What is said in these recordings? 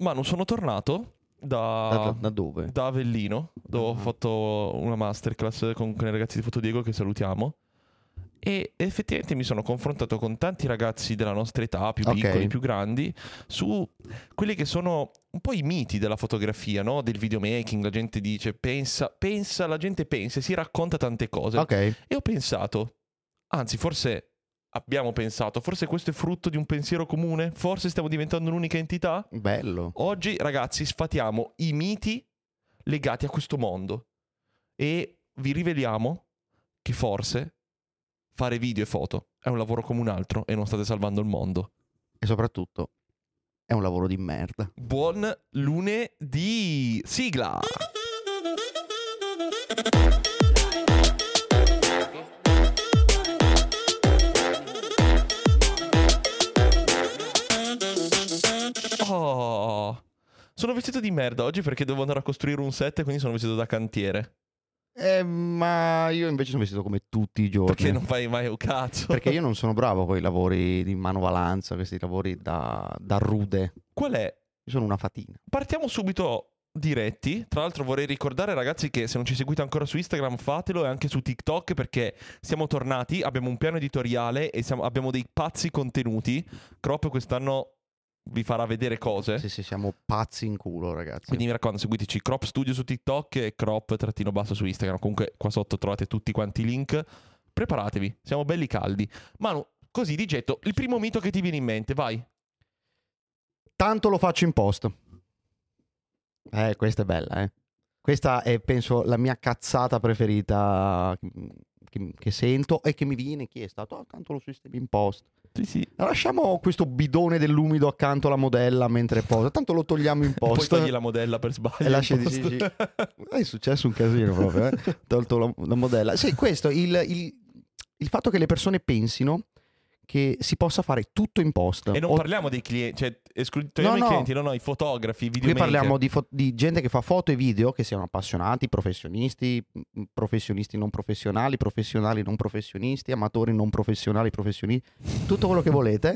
Manu, sono tornato Da dove? da Avellino, dove ho fatto una masterclass con i ragazzi di Fotodiego, che salutiamo. E effettivamente mi sono confrontato con tanti ragazzi della nostra età, più piccoli, più grandi, su quelli che sono un po' i miti della fotografia, no? Del videomaking. La gente dice, pensa, la gente pensa e si racconta tante cose. Ok. E ho pensato, anzi forse abbiamo pensato, forse questo è frutto di un pensiero comune? Forse stiamo diventando un'unica entità? Bello. Oggi, ragazzi, sfatiamo i miti legati a questo mondo e vi riveliamo che forse fare video e foto è un lavoro come un altro e non state salvando il mondo. E soprattutto è un lavoro di merda. Buon lunedì! Sigla! Oh, sono vestito di merda oggi perché devo andare a costruire un set e quindi sono vestito da cantiere. Ma io invece sono vestito come tutti i giorni. Perché non fai mai un cazzo? Perché io non sono bravo con i lavori di manovalanza, questi lavori da rude. Qual è? Io sono una fatina. Partiamo subito diretti. Tra l'altro vorrei ricordare, ragazzi, che se non ci seguite ancora su Instagram fatelo, e anche su TikTok, perché siamo tornati, abbiamo un piano editoriale e abbiamo dei pazzi contenuti. Crop quest'anno vi farà vedere cose. Sì, siamo pazzi in culo, ragazzi. Quindi mi raccomando, seguiteci Crop Studio su TikTok e Crop_basso su Instagram. Comunque qua sotto trovate tutti quanti i link. Preparatevi, siamo belli caldi. Manu, così di getto, il primo mito che ti viene in mente, vai. Tanto lo faccio in post. Questa è bella, eh. Questa è, penso, la mia cazzata preferita che sento e che mi viene chiesto. Tanto lo sistemi in post. Sì. Lasciamo questo bidone dell'umido accanto alla modella mentre posa. Tanto lo togliamo in post. Poi togli la modella per sbaglio. E lasci sì. È successo un casino proprio, eh. Tolto la modella. Sì, questo, il fatto che le persone pensino che si possa fare tutto in post. E non parliamo dei clienti, cioè escludiamo i clienti, no, i fotografi, i videomaker. Qui parliamo di gente che fa foto e video, che siano appassionati, professionisti non professionali, professionali non professionisti, amatori non professionali, professionisti, tutto quello che volete.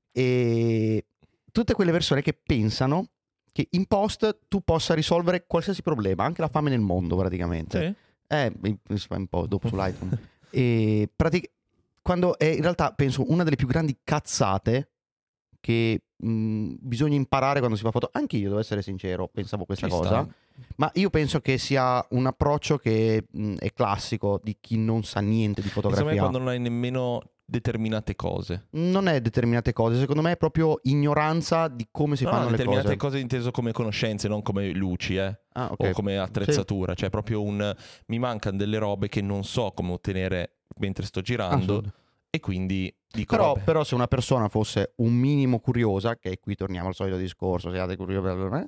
E tutte quelle persone che pensano che in post tu possa risolvere qualsiasi problema, anche la fame nel mondo praticamente. Sì. Un po' dopo su Lightroom. E quando è in realtà, penso, una delle più grandi cazzate che bisogna imparare quando si fa foto. Anche io, devo essere sincero, pensavo questa cosa. Ma io penso che sia un approccio che è classico di chi non sa niente di fotografia. Secondo me quando non hai nemmeno determinate cose. Non è determinate cose, secondo me è proprio ignoranza di come si fanno le cose. Determinate cose inteso come conoscenze, non come luci, okay. O come attrezzatura. Sì. Cioè proprio mi mancano delle robe che non so come ottenere mentre sto girando. E quindi dico però se una persona fosse un minimo curiosa, che qui torniamo al solito discorso, siate curiosi,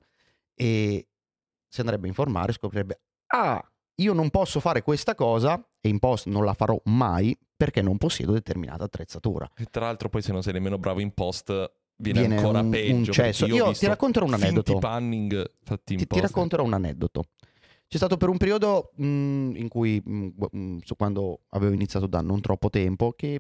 e si andrebbe a informare, scoprirebbe: io non posso fare questa cosa e in post non la farò mai perché non possiedo determinata attrezzatura. E tra l'altro poi se non sei nemmeno bravo in post viene ancora peggio. Un cesso. Io ti racconterò un aneddoto. Panning fatti in post. Ti racconterò un aneddoto. C'è stato per un periodo in cui, quando avevo iniziato da non troppo tempo, che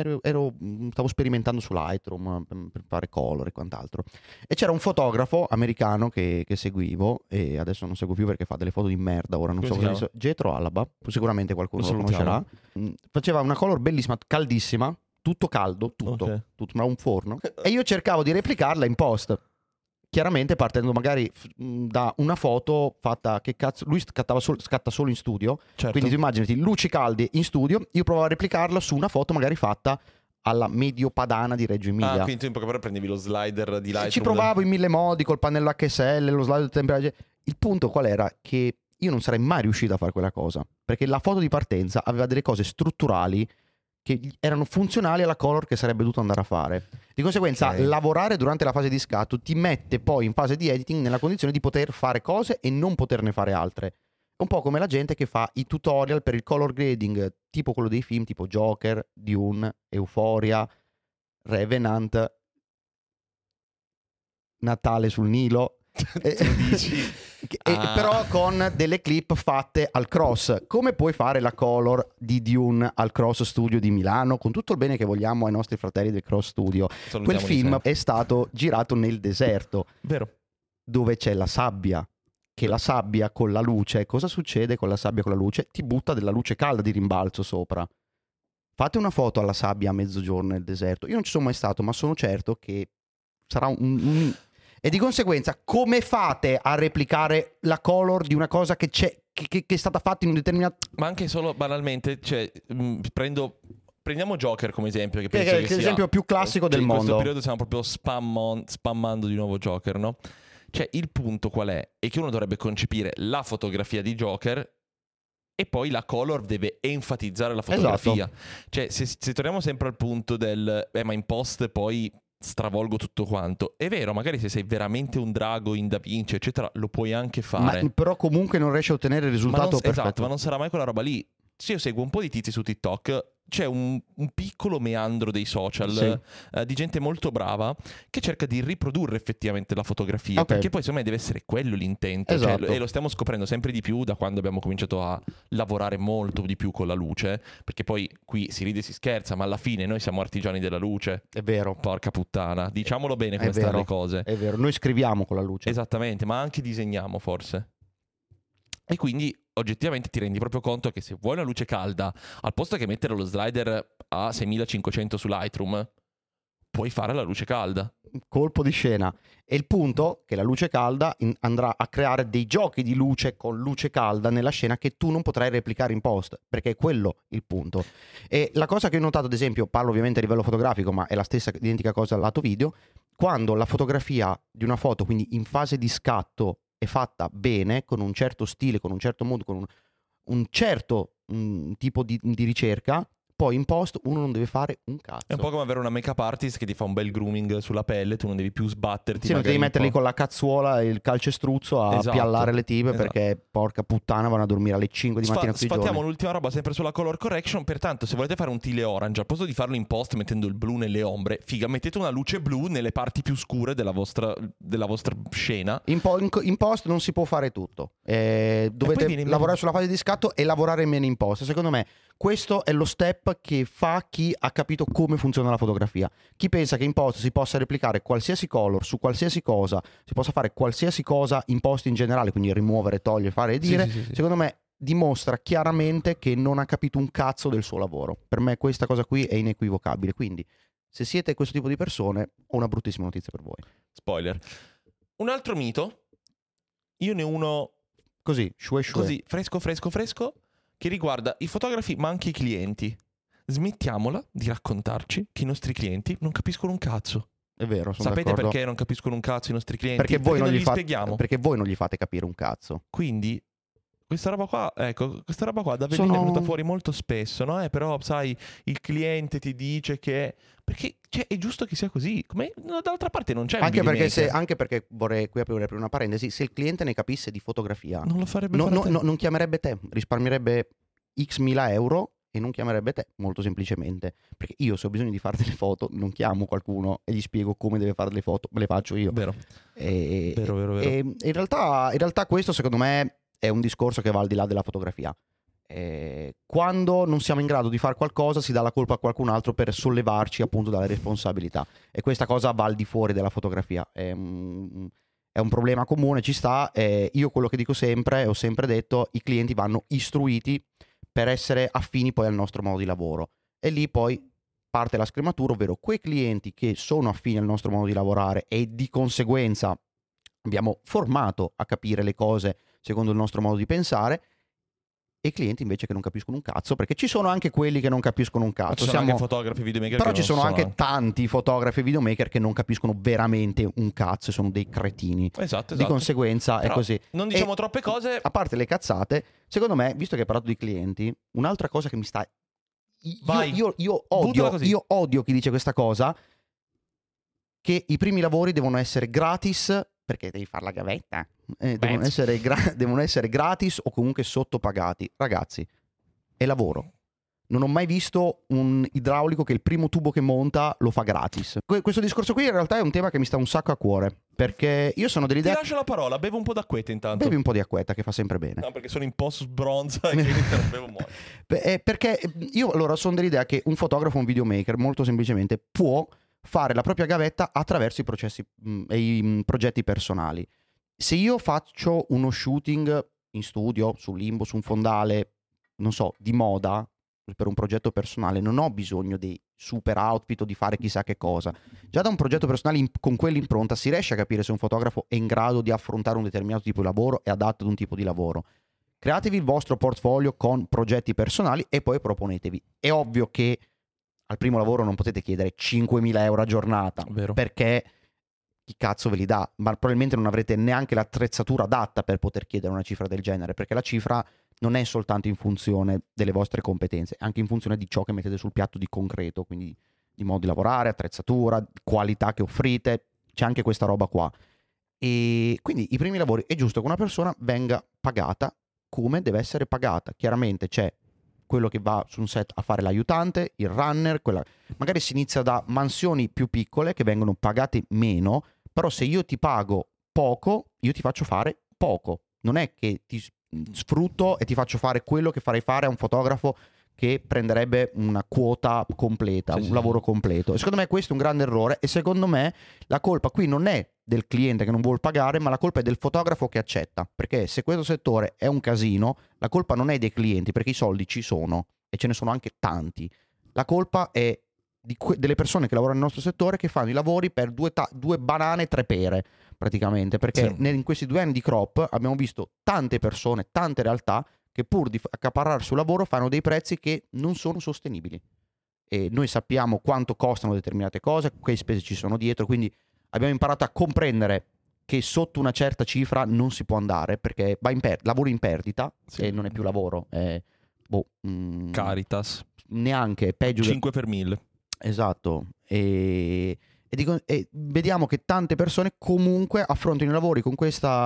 stavo sperimentando su Lightroom per fare color e quant'altro. E c'era un fotografo americano che seguivo, e adesso non seguo più perché fa delle foto di merda. Ora non so cosa. Jethro Alaba, sicuramente qualcuno lo conoscerà. Faceva una color bellissima, caldissima, tutto caldo, tutto, ma un forno. E io cercavo di replicarla in post. Chiaramente partendo magari da una foto fatta, che cazzo, lui scatta solo in studio, quindi tu immaginati luci calde in studio, io provavo a replicarla su una foto magari fatta alla medio padana di Reggio Emilia. Quindi tu in poche parole prendevi lo slider di Lightroom. Ci provavo in mille modi, col pannello HSL, lo slider temperature. Il punto qual era? Che io non sarei mai riuscito a fare quella cosa, perché la foto di partenza aveva delle cose strutturali che erano funzionali alla color che sarebbe dovuto andare a fare. Di conseguenza lavorare durante la fase di scatto ti mette poi in fase di editing nella condizione di poter fare cose e non poterne fare altre. È un po' come la gente che fa i tutorial per il color grading, tipo quello dei film tipo Joker, Dune, Euphoria, Revenant, Natale sul Nilo. Però con delle clip fatte al Cross. Come puoi fare la color di Dune al Cross Studio di Milano, con tutto il bene che vogliamo ai nostri fratelli del Cross Studio? Quel film è stato girato nel deserto. Vero. dove c'è la sabbia, che la sabbia con la luce, cosa succede con la sabbia con la luce? Ti butta della luce calda di rimbalzo sopra. Fate una foto alla sabbia a mezzogiorno nel deserto. Io non ci sono mai stato, ma sono certo che sarà E di conseguenza, come fate a replicare la color di una cosa che c'è, che è stata fatta in un determinato... Ma anche solo banalmente, cioè, prendiamo Joker come esempio, che penso che sia l'esempio più classico del mondo. In questo periodo stiamo proprio spammando di nuovo Joker, no? Cioè, il punto qual è? È che uno dovrebbe concepire la fotografia di Joker e poi la color deve enfatizzare la fotografia. Esatto. Cioè, se torniamo sempre al punto del ma in post poi stravolgo tutto quanto. È vero, magari se sei veramente un drago in Da Vinci, eccetera, lo puoi anche fare. Però comunque non riesci a ottenere il risultato perfetto. Esatto, ma non sarà mai quella roba lì. Se io seguo un po' di tizi su TikTok, c'è un piccolo meandro dei social, sì, di gente molto brava che cerca di riprodurre effettivamente la fotografia, perché poi secondo me deve essere quello l'intento, esatto, e lo stiamo scoprendo sempre di più da quando abbiamo cominciato a lavorare molto di più con la luce, perché poi qui si ride e si scherza, ma alla fine noi siamo artigiani della luce. È vero. Porca puttana, diciamolo bene come stanno le cose. È vero, noi scriviamo con la luce. Esattamente, ma anche disegniamo forse. E quindi oggettivamente ti rendi proprio conto che se vuoi una luce calda, al posto che mettere lo slider a 6500 su Lightroom, puoi fare la luce calda. Colpo di scena. E il punto è che la luce calda andrà a creare dei giochi di luce con luce calda nella scena che tu non potrai replicare in post, perché è quello il punto. E la cosa che ho notato, ad esempio, parlo ovviamente a livello fotografico, ma è la stessa identica cosa al lato video, quando la fotografia di una foto, quindi in fase di scatto, è fatta bene, con un certo stile, con un certo modo, con un certo tipo di ricerca, poi in post uno non deve fare un cazzo. È un po' come avere una make-up artist che ti fa un bel grooming sulla pelle, tu non devi più sbatterti. Sì, non devi metterli con la cazzuola e il calcestruzzo a piallare le tipe, perché porca puttana vanno a dormire alle 5 di mattina tutti i giorni. Sfattiamo l'ultima roba sempre sulla color correction, pertanto se volete fare un tile orange, al posto di farlo in post mettendo il blu nelle ombre, figa, mettete una luce blu nelle parti più scure della vostra scena. In post non si può fare tutto, dovete lavorare sulla fase di scatto e lavorare meno in post. Secondo me questo è lo step che fa chi ha capito come funziona la fotografia. Chi pensa che in post si possa replicare qualsiasi color su qualsiasi cosa, si possa fare qualsiasi cosa in post in generale, quindi rimuovere, togliere, fare e dire, sì. Secondo me dimostra chiaramente che non ha capito un cazzo del suo lavoro. Per me questa cosa qui è inequivocabile. Quindi se siete questo tipo di persone, ho una bruttissima notizia per voi. Spoiler. Un altro mito, io ne ho uno così, così fresco, che riguarda i fotografi ma anche i clienti. Smettiamola di raccontarci che i nostri clienti non capiscono un cazzo. È vero, sono Sapete d'accordo. perché non capiscono un cazzo i nostri clienti? Perché voi non li fate, spieghiamo. Perché voi non gli fate capire un cazzo. Quindi questa roba qua da Berlino è venuta fuori molto spesso, no? Però sai, il cliente ti dice che... Perché è giusto che sia così. Dall'altra parte non c'è un anche perché vorrei qui aprire una parentesi, se il cliente ne capisse di fotografia non lo farebbe non chiamerebbe te, risparmierebbe x mila euro e non chiamerebbe te, molto semplicemente. Perché io se ho bisogno di fare delle foto non chiamo qualcuno e gli spiego come deve fare le foto, me le faccio io. Vero. Vero. E in realtà questo secondo me è un discorso che va al di là della fotografia. Quando non siamo in grado di fare qualcosa si dà la colpa a qualcun altro per sollevarci appunto dalle responsabilità, e questa cosa va al di fuori della fotografia. È un problema comune, ci sta. Io quello che dico sempre, ho sempre detto, i clienti vanno istruiti per essere affini poi al nostro modo di lavoro, e lì poi parte la scrematura, ovvero quei clienti che sono affini al nostro modo di lavorare e di conseguenza abbiamo formato a capire le cose secondo il nostro modo di pensare, e i clienti invece che non capiscono un cazzo, perché ci sono anche quelli che non capiscono un cazzo. Ci sono anche fotografi videomaker, però ci sono anche tanti fotografi videomaker che non capiscono veramente un cazzo e sono dei cretini. Esatto. Di conseguenza però è così. Non diciamo troppe cose. A parte le cazzate, secondo me, visto che hai parlato di clienti, un'altra cosa che mi sta... Io odio chi dice questa cosa, che i primi lavori devono essere gratis perché devi fare la gavetta. Devono essere gratis o comunque sottopagati. Ragazzi, è lavoro. Non ho mai visto un idraulico che il primo tubo che monta lo fa gratis. Questo discorso qui in realtà è un tema che mi sta un sacco a cuore, perché io sono dell'idea... Ti lascio la parola, bevo un po' d'acquetta intanto. Bevi un po' di acquetta che fa sempre bene. No, perché sono in post bronza e quindi non bevo molto. Perché io allora sono dell'idea che un fotografo, un videomaker, molto semplicemente può fare la propria gavetta attraverso i processi e i progetti personali. se io faccio uno shooting in studio, su Limbo, su un fondale, non so, di moda, per un progetto personale, non ho bisogno di super outfit o di fare chissà che cosa. Già da un progetto personale con quell'impronta si riesce a capire se un fotografo è in grado di affrontare un determinato tipo di lavoro, è adatto ad un tipo di lavoro. Createvi il vostro portfolio con progetti personali e poi proponetevi. È ovvio che al primo lavoro non potete chiedere 5.000 euro a giornata, Vero. perché chi cazzo ve li dà? Ma probabilmente non avrete neanche l'attrezzatura adatta per poter chiedere una cifra del genere, perché la cifra non è soltanto in funzione delle vostre competenze, è anche in funzione di ciò che mettete sul piatto di concreto, quindi di modo di lavorare, attrezzatura, qualità che offrite, c'è anche questa roba qua. E quindi i primi lavori è giusto che una persona venga pagata come deve essere pagata. Chiaramente c'è quello che va su un set a fare l'aiutante, il runner, magari si inizia da mansioni più piccole che vengono pagate meno, però se io ti pago poco, io ti faccio fare poco. Non è che ti sfrutto e ti faccio fare quello che farei fare a un fotografo che prenderebbe una quota completa, un lavoro completo. E secondo me questo è un grande errore e secondo me la colpa qui non è del cliente che non vuole pagare, ma la colpa è del fotografo che accetta, perché se questo settore è un casino, la colpa non è dei clienti, perché i soldi ci sono e ce ne sono anche tanti. La colpa è delle persone che lavorano nel nostro settore che fanno i lavori per due banane e 3 pere, praticamente, perché in questi 2 anni di crop abbiamo visto tante persone, tante realtà che pur di accaparrare sul lavoro fanno dei prezzi che non sono sostenibili. E noi sappiamo quanto costano determinate cose, che spese ci sono dietro, quindi abbiamo imparato a comprendere che sotto una certa cifra non si può andare, perché lavori in perdita e non è più lavoro, è Caritas. Neanche, peggio 5 per 1000. Esatto. E vediamo che tante persone comunque affrontano i lavori con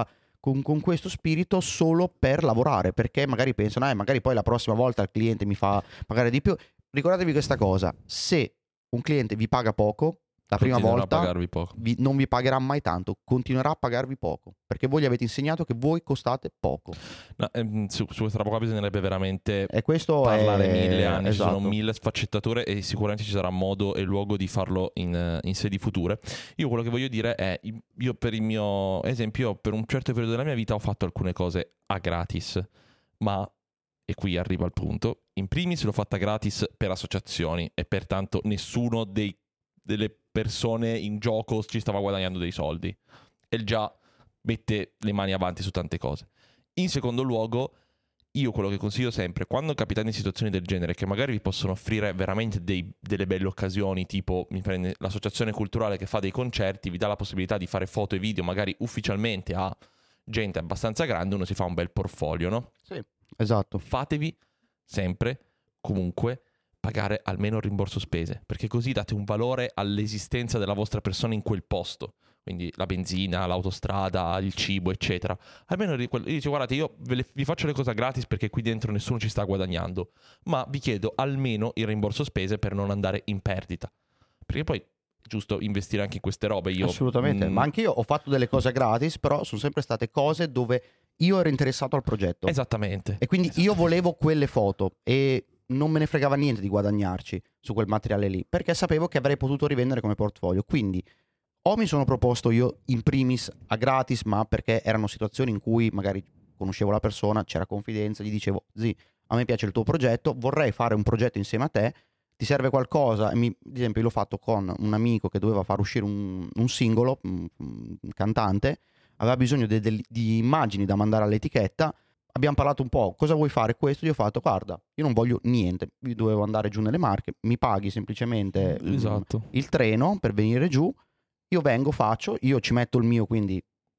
questo spirito solo per lavorare, perché magari pensano, magari poi la prossima volta il cliente mi fa pagare di più. Ricordatevi questa cosa: se un cliente vi paga poco la prima volta, non vi pagherà mai tanto, continuerà a pagarvi poco, perché voi gli avete insegnato che voi costate poco. No, su questa roba qua bisognerebbe veramente parlare 1000 anni, esatto. Ci sono 1000 sfaccettature e sicuramente ci sarà modo e luogo di farlo in sedi future. Io quello che voglio dire è, io per il mio esempio, per un certo periodo della mia vita ho fatto alcune cose a gratis, ma, e qui arriva il punto, in primis l'ho fatta gratis per associazioni e pertanto nessuno delle persone in gioco ci stava guadagnando dei soldi e già mette le mani avanti su tante cose. In secondo luogo, io quello che consiglio sempre, quando capitate in situazioni del genere che magari vi possono offrire veramente delle belle occasioni, tipo mi prende l'associazione culturale che fa dei concerti, vi dà la possibilità di fare foto e video magari ufficialmente a gente abbastanza grande, uno si fa un bel portfolio, no? Sì, esatto. Fatevi sempre, comunque, pagare almeno il rimborso spese, perché così date un valore all'esistenza della vostra persona in quel posto, quindi la benzina, l'autostrada, il cibo, eccetera. Almeno dice, guardate, io vi faccio le cose gratis perché qui dentro nessuno ci sta guadagnando, ma vi chiedo almeno il rimborso spese per non andare in perdita, perché poi è giusto investire anche in queste robe. Assolutamente, ma anche io ho fatto delle cose gratis, però sono sempre state cose dove io ero interessato al progetto. Esattamente. E quindi io volevo quelle foto e non me ne fregava niente di guadagnarci su quel materiale lì, perché sapevo che avrei potuto rivendere come portfolio. Quindi o mi sono proposto io in primis a gratis, ma perché erano situazioni in cui magari conoscevo la persona, c'era confidenza, gli dicevo, zì, a me piace il tuo progetto, vorrei fare un progetto insieme a te, ti serve qualcosa? Ad esempio io l'ho fatto con un amico che doveva far uscire un singolo, un cantante, aveva bisogno di immagini da mandare all'etichetta. Abbiamo parlato un po', cosa vuoi fare questo? Gli ho fatto, guarda, io non voglio niente, io dovevo andare giù nelle Marche, mi paghi semplicemente il treno per venire giù, io vengo, faccio, io ci metto il mio, quindi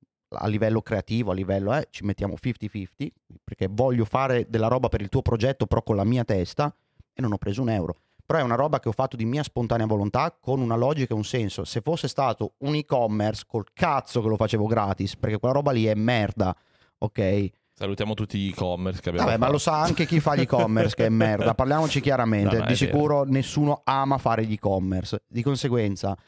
a livello creativo, a livello ci mettiamo 50-50, perché voglio fare della roba per il tuo progetto, però con la mia testa, e non ho preso un euro. Però è una roba che ho fatto di mia spontanea volontà, con una logica e un senso. Se fosse stato un e-commerce, col cazzo che lo facevo gratis, perché quella roba lì è merda, ok? Salutiamo tutti gli e-commerce che abbiamo fatto. Ma lo sa anche chi fa gli e-commerce che è merda, parliamoci chiaramente. Di sicuro nessuno ama fare gli e-commerce. Di conseguenza,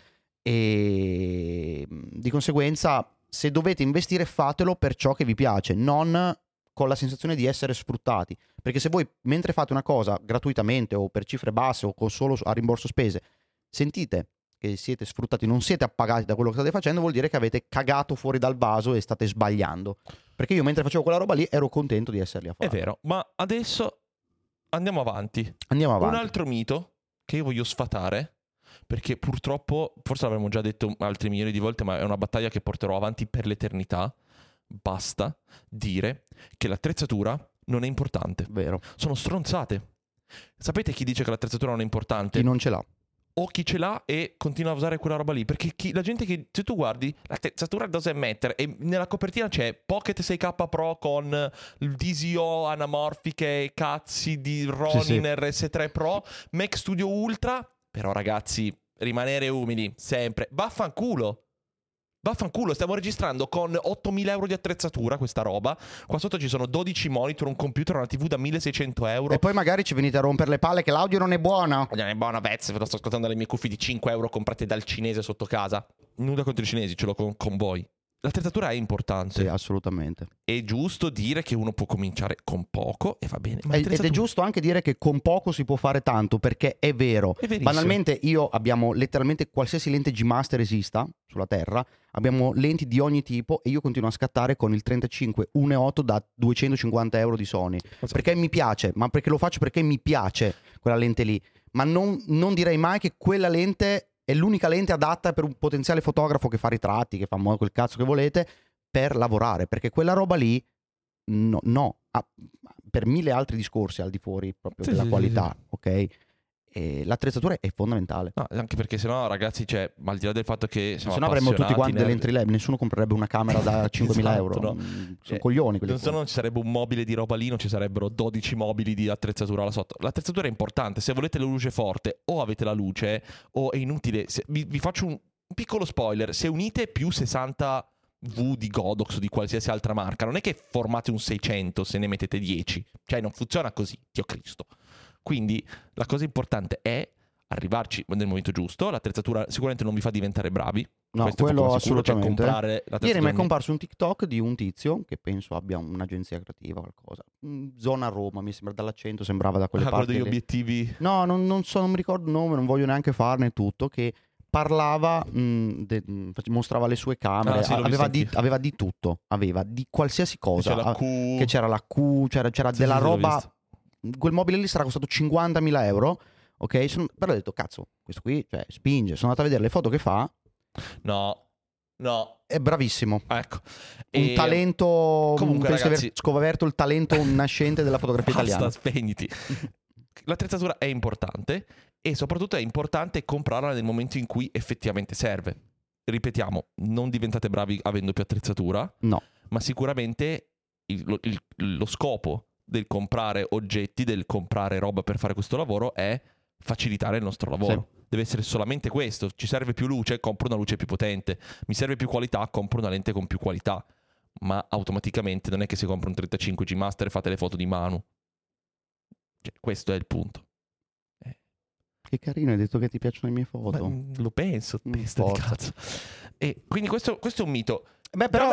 se dovete investire, fatelo per ciò che vi piace, non con la sensazione di essere sfruttati. Perché se voi, mentre fate una cosa gratuitamente o per cifre basse o solo a rimborso spese, sentite che siete sfruttati, non siete appagati da quello che state facendo, vuol dire che avete cagato fuori dal vaso e state sbagliando. Perché io mentre facevo quella roba lì ero contento di essere lì a fare. È vero, ma adesso andiamo avanti. Andiamo avanti. Un altro mito che io voglio sfatare, perché purtroppo, forse l'avremmo già detto altri milioni di volte, ma è una battaglia che porterò avanti per l'eternità. Basta dire che l'attrezzatura non è importante. Vero. Sono stronzate. Sapete chi dice che l'attrezzatura non è importante? Chi non ce l'ha. O chi ce l'ha e continua a usare quella roba lì. Perché la gente che, se tu guardi, l'attrezzatura doesn't matter, e nella copertina c'è Pocket 6K Pro con DSO anamorfiche, cazzi di Ronin RS3 Pro, Mac Studio Ultra. Però ragazzi, rimanere umili, sempre. Vaffanculo, stiamo registrando con 8.000 euro di attrezzatura questa roba. Qua sotto ci sono 12 monitor, un computer, una TV da 1.600 euro. E poi magari ci venite a rompere le palle che l'audio non è buono. Non è buono, pezzo, lo sto ascoltando dalle mie cuffie di 5 euro comprate dal cinese sotto casa. Nulla contro i cinesi, ce l'ho con voi. L'attrezzatura è importante. Sì, assolutamente. È giusto dire che uno può cominciare con poco e va bene. Ma ed è giusto anche dire che con poco si può fare tanto, perché è vero. È verissimo. Banalmente abbiamo letteralmente qualsiasi lente G-Master esista sulla Terra, abbiamo lenti di ogni tipo e io continuo a scattare con il 35 1.8 da 250 euro di Sony. Perché mi piace, ma perché lo faccio perché mi piace quella lente lì. Ma non direi mai che quella lente è l'unica lente adatta per un potenziale fotografo che fa ritratti, che fa quel cazzo che volete, per lavorare, perché quella roba lì per mille altri discorsi al di fuori proprio della qualità, ok? E l'attrezzatura è fondamentale. No, anche perché sennò ragazzi, cioè, ma al di là del fatto che siamo se no avremmo tutti quanti delle entry level, nessuno comprerebbe una camera da 5.000 euro. No? Sono coglioni quelli. Se no non ci sarebbe un mobile di roba lì, non ci sarebbero 12 mobili di attrezzatura là sotto. L'attrezzatura è importante. Se volete la luce forte, o avete la luce, o è inutile. Vi faccio un piccolo spoiler: se unite più 60 V di Godox o di qualsiasi altra marca, non è che formate un 600 se ne mettete 10. Cioè non funziona così, Dio Cristo. Quindi la cosa importante è arrivarci nel momento giusto. L'attrezzatura sicuramente non vi fa diventare bravi. No, questo quello assolutamente. Cioè, ieri mi è comparso un TikTok di un tizio che penso abbia un'agenzia creativa o qualcosa. Zona Roma, mi sembra, dall'accento sembrava da quelle parti. Quello degli obiettivi. No, non mi ricordo il nome, non voglio neanche farne tutto, che parlava, mostrava le sue camere, sì, aveva di tutto, aveva di qualsiasi cosa. C'era la Q. Che c'era la Q, c'era della roba. Quel mobile lì sarà costato 50.000 euro, ok? Però ho detto, cazzo, questo qui, cioè, spinge. Sono andato a vedere le foto che fa. No. È bravissimo. Ecco. Un talento. Comunque, penso ragazzi, di aver scoperto il talento nascente della fotografia italiana. Basta, spegniti. L'attrezzatura è importante e soprattutto è importante comprarla nel momento in cui effettivamente serve. Ripetiamo, non diventate bravi avendo più attrezzatura. No. Ma sicuramente lo scopo del comprare oggetti, del comprare roba per fare questo lavoro è facilitare il nostro lavoro. Sì. Deve essere solamente questo. Ci serve più luce, compro una luce più potente. Mi serve più qualità, compro una lente con più qualità. Ma automaticamente non è che se compro un 35 G Master fate le foto di mano. Cioè, questo è il punto. Che carino, hai detto che ti piacciono le mie foto. Lo penso, testa di cazzo. E quindi questo è un mito. Beh, però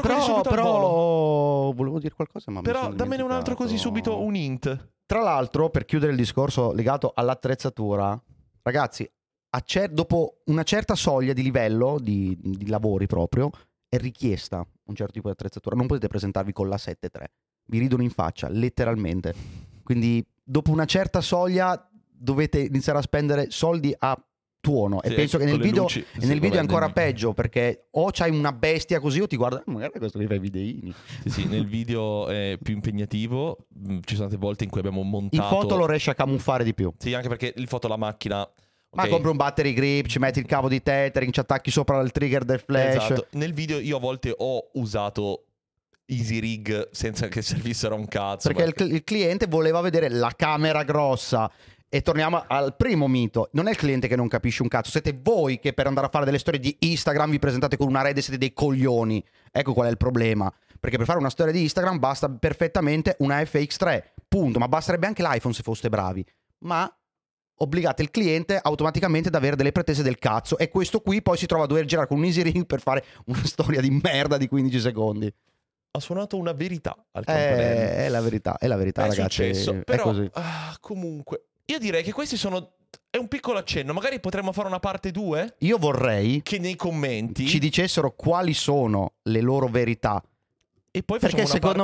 volevo dire qualcosa, ma però dammene un altro così subito, un hint. Tra l'altro, per chiudere il discorso legato all'attrezzatura, ragazzi, dopo una certa soglia di livello di lavori proprio, è richiesta un certo tipo di attrezzatura. Non potete presentarvi con la 7.3. Vi ridono in faccia, letteralmente. Quindi, dopo una certa soglia, dovete iniziare a spendere soldi a tuono. Sì, e penso che nel video è ancora peggio, perché o c'hai una bestia così o ti guarda, magari questo che fa i videini. Sì, nel video è più impegnativo. Ci sono state volte in cui abbiamo montato. In foto lo riesci a camuffare di più. Sì, anche perché il foto la macchina. Ma compri un battery grip, ci metti il cavo di tethering, ci attacchi sopra il trigger del flash. Esatto. Nel video io a volte ho usato Easy Rig senza che servissero a un cazzo. Perché il cliente voleva vedere la camera grossa. E torniamo al primo mito. Non è il cliente che non capisce un cazzo. Siete voi che per andare a fare delle storie di Instagram vi presentate con una Red e siete dei coglioni. Ecco qual è il problema. Perché per fare una storia di Instagram basta perfettamente una FX3. Punto. Ma basterebbe anche l'iPhone se foste bravi. Ma obbligate il cliente automaticamente ad avere delle pretese del cazzo. E questo qui poi si trova a dover girare con un Easy Ring per fare una storia di merda di 15 secondi. Ha suonato una verità al campanello. È la verità, è ragazzi. Successo. È però così. Comunque io direi che questi sono è un piccolo accenno. Magari potremmo fare una parte 2? Io vorrei che nei commenti ci dicessero quali sono le loro verità. E poi perché secondo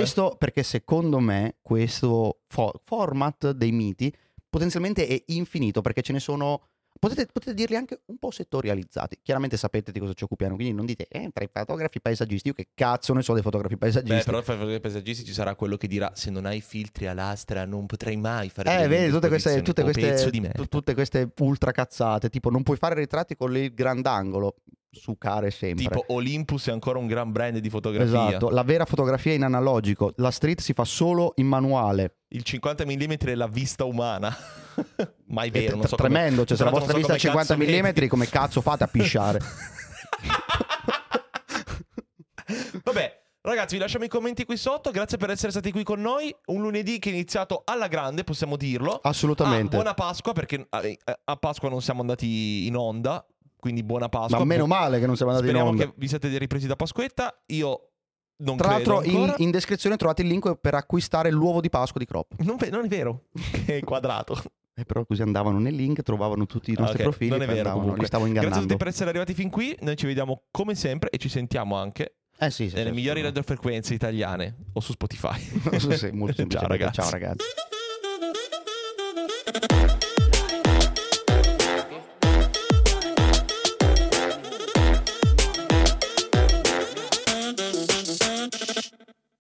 me questo format dei miti potenzialmente è infinito, perché ce ne sono. Potete dirli anche un po' settorializzati. Chiaramente sapete di cosa ci occupiamo, quindi non dite tra i fotografi paesaggisti. Io che cazzo ne so dei fotografi paesaggisti. Però tra i fotografi paesaggisti ci sarà quello che dirà: se non hai filtri all'astra non potrai mai fare vedi, tutte queste ultra cazzate, tipo non puoi fare ritratti con il grandangolo. Sucare sempre. Tipo Olympus è ancora un gran brand di fotografia. Esatto, la vera fotografia è in analogico, la street si fa solo in manuale. Il 50 mm è la vista umana. Mai vero, non so tremendo, come, cioè se la vostra vista è 50 mm come cazzo fate a pisciare? Vabbè, ragazzi, vi lasciamo i commenti qui sotto. Grazie per essere stati qui con noi. Un lunedì che è iniziato alla grande, possiamo dirlo. Assolutamente. Buona Pasqua, perché a Pasqua non siamo andati in onda. Quindi buona Pasqua. Ma meno male che non siamo andati in onda. Speriamo che vi siete ripresi da Pasquetta. Io non Tra credo l'altro in descrizione trovate il link per acquistare l'uovo di Pasqua di Crop. Non è vero. È quadrato. Però così andavano nel link, trovavano tutti i nostri profili. Non è vero, comunque. Li stavo ingannando. Grazie a tutti per essere arrivati fin qui. Noi ci vediamo come sempre e ci sentiamo anche sì, nelle migliori radiofrequenze italiane o su Spotify. Molto semplice. Ciao ragazzi. Ciao ragazzi.